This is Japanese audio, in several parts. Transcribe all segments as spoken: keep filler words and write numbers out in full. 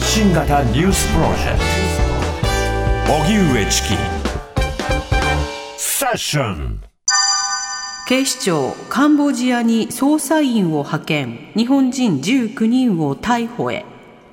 信型ニュースプロジェクト荻上チキセッション。 警視庁カンボジアに捜査員を派遣、日本人じゅうきゅうにんを逮捕へ。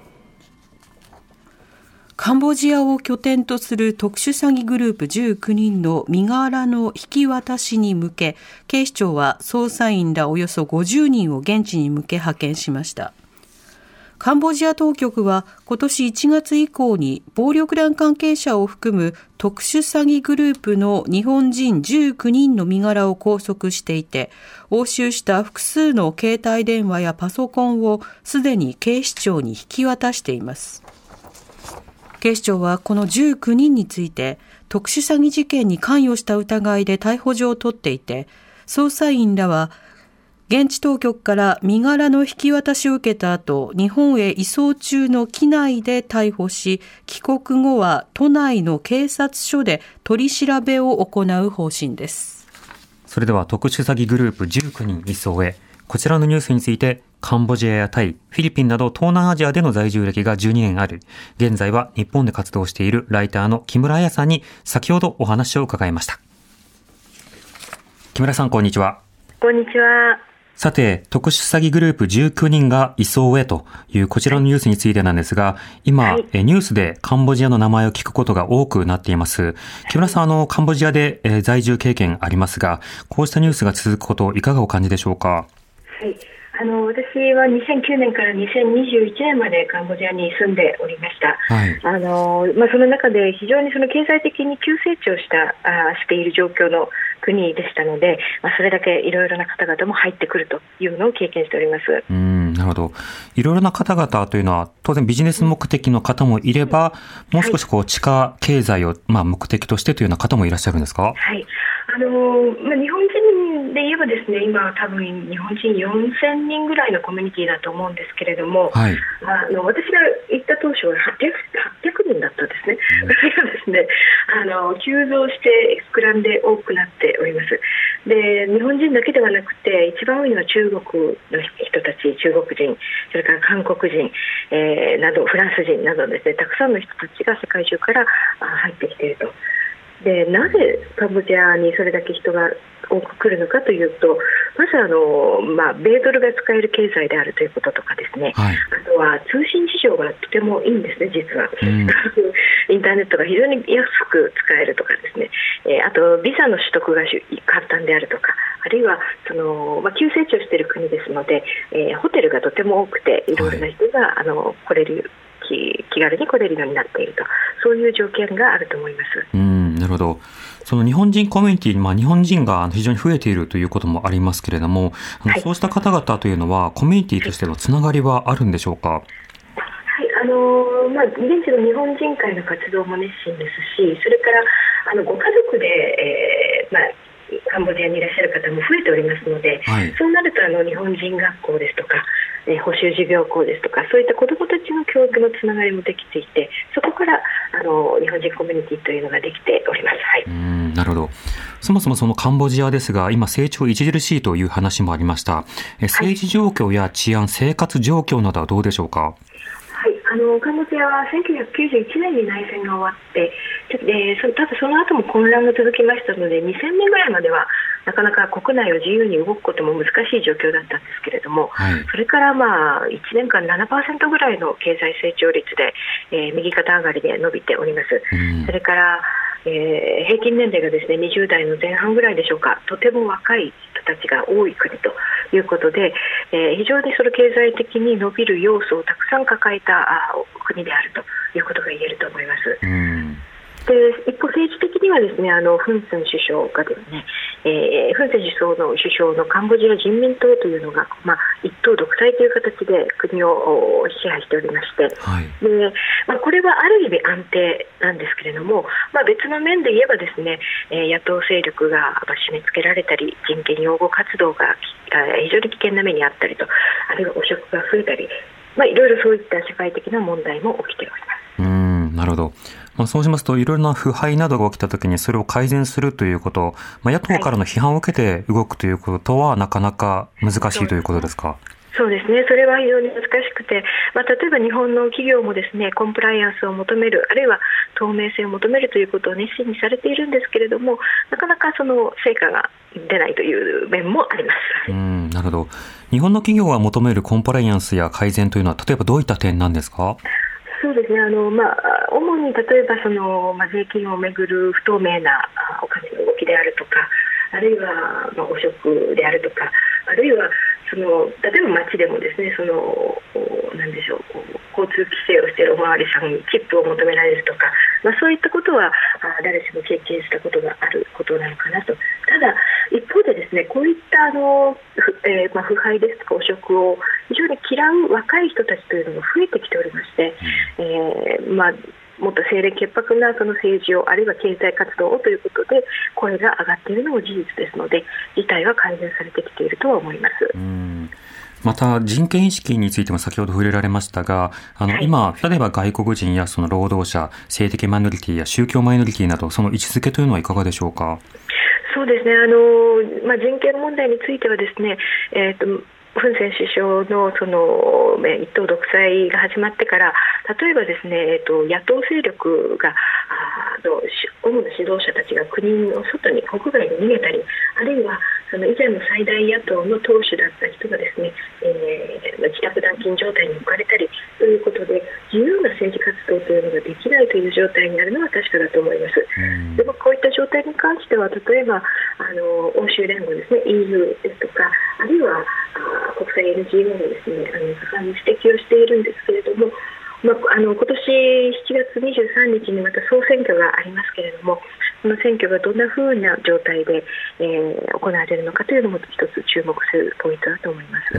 カンボジアを拠点とする特殊詐欺グループじゅうきゅうにんの身柄の引き渡しに向け、警視庁は捜査員らおよそごじゅうにんを現地に向け派遣しました。カンボジア当局は今年いちがつ以降に暴力団関係者を含む特殊詐欺グループの日本人じゅうきゅうにんの身柄を拘束していて、押収した複数の携帯電話やパソコンをすでに警視庁に引き渡しています。警視庁はこのじゅうきゅうにんについて特殊詐欺事件に関与した疑いで逮捕状を取っていて、捜査員らは現地当局から身柄の引き渡しを受けた後、日本へ移送中の機内で逮捕し、帰国後は都内の警察署で取り調べを行う方針です。 それでは特殊詐欺グループじゅうきゅうにん移送へ。こちらのニュースについて、カンボジアやタイ、フィリピンなど東南アジアでの在住歴がじゅうにねんある、現在は日本で活動しているライターの木村彩さんに先ほどお話を伺いました。木村さん、こんにちは。 こんにちは。 さて、特殊詐欺グループじゅうきゅうにんが移送へというこちらのニュースについてなんですが、今、はい、ニュースでカンボジアの名前を聞くことが多くなっています。木村さん、あの、カンボジアで在住経験ありますが、こうしたニュースが続くことをいかがお感じでしょうか？ はい。あの私はにせんきゅうねんからにせんにじゅういちねんまでカンボジアに住んでおりました。はい、あのまあ、その中で非常にその経済的に急成長したあしている状況の国でしたので、まあ、それだけいろいろな方々も入ってくるというのを経験しております。 うん、なるほど。いろいろな方々というのは当然ビジネス目的の方もいれば、もう少しこう地下経済をまあ目的としてというような方もいらっしゃるんですか？ はい。あのまあ、日本人で言えばですね、今多分日本人よんせんにんぐらいのコミュニティだと思うんですけれども、はい、あの私が行った当初ははっぴゃくにんだったんですね。それがですね、あの急増して膨らんで多くなっております。で、日本人だけではなくて一番多いのは中国の人たち、中国人、それから韓国人、えー、などフランス人などですね、たくさんの人たちが世界中から入ってきていると。で、なぜカンボジアにそれだけ人が多く来るのかというと、まずあの、まあ、米ドルが使える経済であるということとかですね、はい、あとは通信事情がとてもいいんですね、実は、うん、インターネットが非常に安く使えるとかですね、えー、あとビザの取得が簡単であるとか、あるいはその、まあ、急成長している国ですので、えー、ホテルがとても多くていろいろな人が、はい、あの来れる気軽に来れるようになっていると、そういう条件があると思います。 うん、なるほど。その日本人コミュニティ、まあ、日本人が非常に増えているということもありますけれども、あの、はい、そうした方々というのはコミュニティとしてのつながりはあるんでしょうか？はい、 あのまあ、現地の日本人会の活動も熱心ですし、それからあのご家族で、えーまあカンボジアにいらっしゃる方も増えておりますので、はい、そうなるとあの日本人学校ですとか、えー、補習授業校ですとか、そういった子どもたちの教育のつながりもできていて、そこからあの日本人コミュニティというのができております。はい、 うーん、なるほど。そもそもそのカンボジアですが、今成長著しいという話もありました。え政治状況や治安、生活状況などはどうでしょうか？ はい、あのカンボジアはせんきゅうひゃくきゅうじゅういちねんに内戦が終わって、でそただその後も混乱が続きましたので、にせんねんぐらいまではなかなか国内を自由に動くことも難しい状況だったんですけれども、はい、それからまあいちねんかん ななパーセント ぐらいの経済成長率で、えー、右肩上がりで伸びております。うん、それからえー、平均年齢がですねにじゅうだいの前半ぐらいでしょうか、とても若い人たちが多い国ということで、えー、非常にその経済的に伸びる要素をたくさん抱えた国であるということが言えると思います。うん、で一方政治的にはですね、あのフン・セン首相がですね、えー、フン・セン首相の首相のカンボジア人民党というのが、まあ、一党独裁という形で国を支配しておりまして、はい、でまあ、これはある意味安定なんですけれども、まあ、別の面で言えばですね、えー、野党勢力が締め付けられたり、人権擁護活動が非常に危険な目にあったりと、あるいは汚職が増えたり、まあ、いろいろそういった社会的な問題も起きております。 うーん、なるほど。まあ、そうしますといろいろな腐敗などが起きたときにそれを改善するということ、まあ、野党からの批判を受けて動くということはなかなか難しいということですか？ そうですね、それは非常に難しくて、まあ、例えば日本の企業もですね、コンプライアンスを求める、あるいは透明性を求めるということを熱心にされているんですけれども、なかなかその成果が出ないという面もあります。 うん、なるほど。日本の企業が求めるコンプライアンスや改善というのは、例えばどういった点なんですか？ そうですね、あのまあ、主に例えばその、まあ、税金をめぐる不透明なお金の動きであるとか、あるいは、まあ、汚職であるとか、あるいはその例えば街でもですね、そのなんでしょう、交通規制をしているおまわりさんにチップを求められるとか、まあ、そういったことはあ誰しも経験したことがあることなのかなと。ただ一方でですね、こういったあの、えーまあ、腐敗ですとか汚職を非常に嫌う若い人たちというのが増えてきておりまして、えーまあもっと清廉潔白なその政治を、あるいは経済活動をということで声が上がっているのも事実ですので、事態は改善されてきているとは思います。 うん、また人権意識についても先ほど触れられましたが、あの、はい、今例えば外国人やその労働者、性的マイノリティや宗教マイノリティなど、その位置づけというのはいかがでしょうか？ そうですね、あの、まあ、人権問題についてはですね、えーとフン・セン首相 の, その一党独裁が始まってから、例えばですね、えっと、野党勢力があの主な指導者たちが国の外に国外に逃げたり、あるいはその以前の最大野党の党首だった人がですね、えー、自宅軟禁状態に置かれたりということで、自由な政治活動というのができないという状態になるのは確かだと思います。でもこういった状態に関しては、例えばあの欧州連合ですね、 イーユー ですとか、あるいは国際 エヌジーオー もですね、あの盛んに指摘をしているんですけれども、まあ、あの今年しちがつにじゅうさんにちにまた総選挙がありますけれども、この選挙がどんなふうな状態で、えー、行われるのかというのも一つ注目するポイントだと思います。 うん、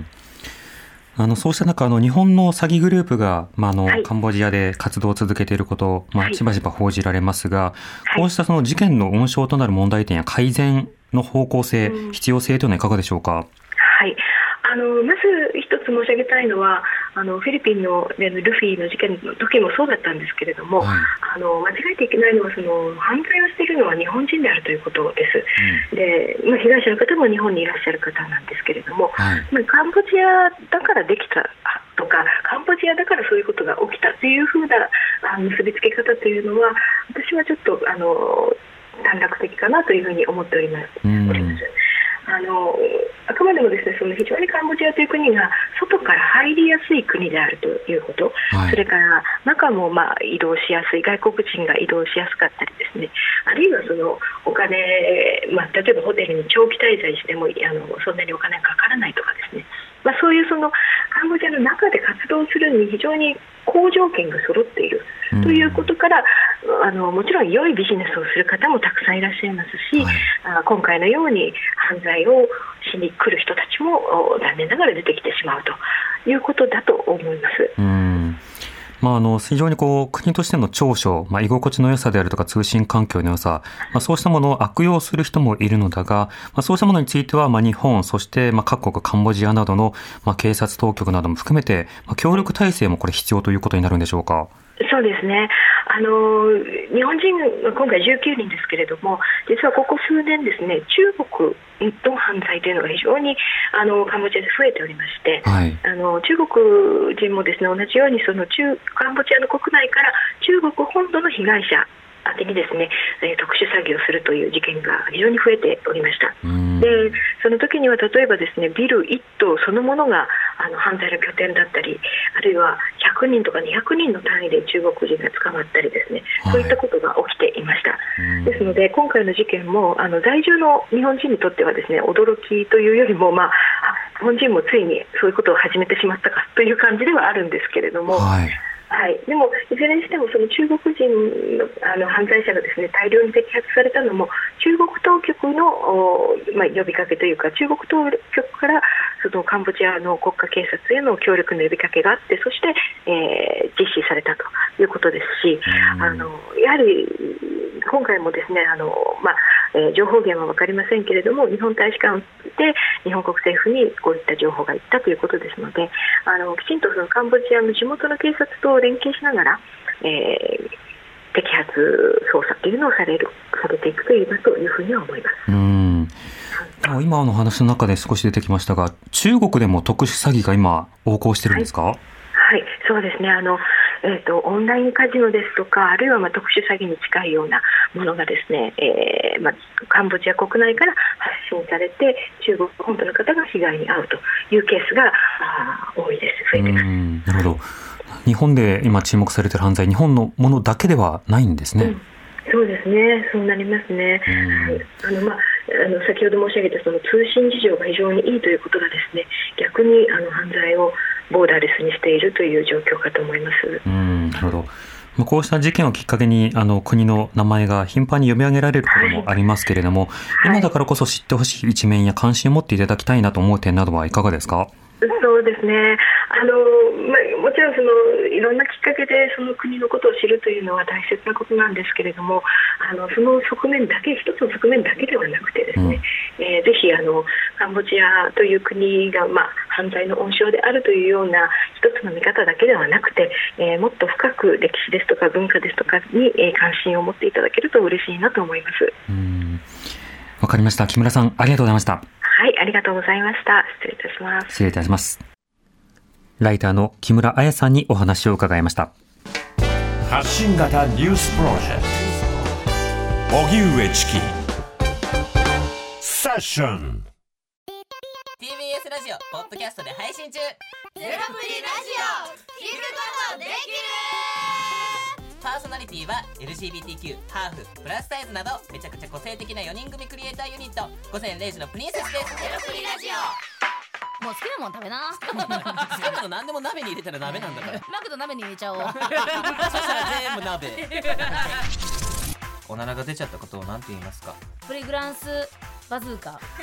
あのそうした中、あの日本の詐欺グループが、まああのはい、カンボジアで活動を続けていることを、まあ、しばしば報じられますが、はい、こうしたその事件の温床となる問題点や改善の方向性、うん、必要性というのはいかがでしょうか？ はい、あのまず一つ申し上げたいのは、あのフィリピンのルフィの事件の時もそうだったんですけれども、はい、あの間違えていけないのは、その犯罪をしているのは日本人であるということです、うん、で、まあ、被害者の方も日本にいらっしゃる方なんですけれども、はい、まあ、カンボジアだからできたとか、カンボジアだからそういうことが起きたというふうなあ結びつけ方というのは、私はちょっとあの短絡的かなというふうに思っております。うん、あのあくまでもですね、その非常にカンボジアという国が外から入りやすい国であるということ、はい、それから中もまあ移動しやすい、外国人が移動しやすかったりですね、あるいはそのお金、まあ、例えばホテルに長期滞在してもあのそんなにお金がかからないとかですね、まあ、そういうそのカンボジアの中で活動するに非常に好条件が揃っているということから、うん、あのもちろん良いビジネスをする方もたくさんいらっしゃいますし、はい、あ今回のように犯罪をしに来る人たちも残念ながら出てきてしまうということだと思います。 うん、まあ、あの非常にこう国としての長所、まあ、居心地の良さであるとか通信環境の良さ、まあ、そうしたものを悪用する人もいるのだが、まあ、そうしたものについては、まあ、日本、そしてまあ各国カンボジアなどのまあ警察当局なども含めて、まあ、協力体制もこれ必要ということになるんでしょうか？ そうですね、あの日本人は今回じゅうきゅうにんですけれども、実はここ数年ですね、中国の犯罪というのが非常にあのカンボジアで増えておりまして、はい、あの中国人もですね、同じようにその中カンボジアの国内から中国本土の被害者宛てにですね、えー、特殊詐欺をするという事件が非常に増えておりました。で、その時には例えばですね、ビル一棟そのものがあの犯罪の拠点だったり、あるいはひゃくにんとかにひゃくにんの単位で中国人が捕まったりですね、はい、そういったことが起きていました。ですので今回の事件もあの在住の日本人にとってはですね、驚きというよりも、まあ、あ日本人もついにそういうことを始めてしまったかという感じではあるんですけれども、はいはい、でもいずれにしてもその中国人 の, あの犯罪者がですね、大量に摘発されたのも中国当局の、まあ、呼びかけというか、中国当局からそのカンボジアの国家警察への協力の呼びかけがあって、そして、えー、実施されたということですし、あのやはり今回もですね、あの、まあえー、情報源は分かりませんけれども、日本大使館で日本国政府にこういった情報がいったということですので、あのきちんとそのカンボジアの地元の警察と連携しながら、えー、摘発捜査というのをされるされていくといいなというふうには思います。 うん、 今の話の中で少し出てきましたが、中国でも特殊詐欺が今横行してるんですか？ はい、はい、そうですね。あのえー、とオンラインカジノですとか、あるいはまあ特殊詐欺に近いようなものがですね、えーまあ、カンボジア国内から発信されて、中国本土の方が被害に遭うというケースが多いです。増えてます。うん、 なるほど。日本で今注目されている犯罪、日本のものだけではないんですね。うん、 そうですね。そうなりますね。あの、まあ、あの先ほど申し上げたその通信事情が非常にいいということがですね、逆にあの犯罪をボーダーレスにしているという状況かと思います。 うん、なるほど。こうした事件をきっかけにあの国の名前が頻繁に読み上げられることもありますけれども、はい、今だからこそ知ってほしい一面や関心を持っていただきたいなと思う点などはいかがですか？ そうですね。あの、まあ、もちろんそのいろんなきっかけでその国のことを知るというのは大切なことなんですけれども、あのその側面だけ、一つの側面だけではなくてですね、うん、えー、ぜひあのカンボジアという国が、まあ、犯罪の温床であるというような一つの見方だけではなくて、えー、もっと深く歴史ですとか文化ですとかに、えー、関心を持っていただけると嬉しいなと思います。 うん、わかりました。木村さん、ありがとうございました。 はい、ありがとうございました。失礼いたします。 失礼いたします。ライターの木村彩さんにお話を伺いました。 発信型ニュースプロジェクト荻上チキセッションティービーエス ラジオポッドキャストで配信中。 ゼロプリラジオ聞くことできる。 パーソナリティは エルジービーティーキュー、ハーフ、プラスサイズなどめちゃくちゃ個性的なよにん組クリエイターユニット午前れいじのプリンセスです。 ゼロプリラジオ、もう好きなもん食べな。 好きなの何でも鍋に入れたら鍋なんだから。 マクド鍋に入れちゃおう。 そしたら全部鍋。おならが出ちゃったことを何て言いますか？ プリグランスバズーカ。 ち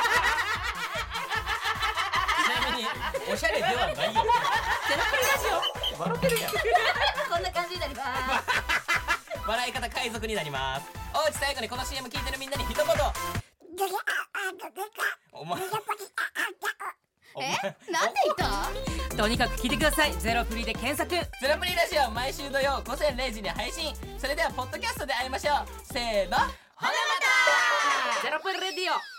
なみにおしゃれではないよ。ゼロプリラジオ笑ってるやん。 こんな感じになります。 笑い方海賊になります。おうち最後にこの シーエム 聞いてるみんなに一言。お前え、なんで言った？ とにかく聞いてください。ゼロプリで検索。ゼロプリラジオ毎週土曜午前れいじに配信。それではポッドキャストで会いましょう。せーの、ほなまた。ゼロプリレディオ。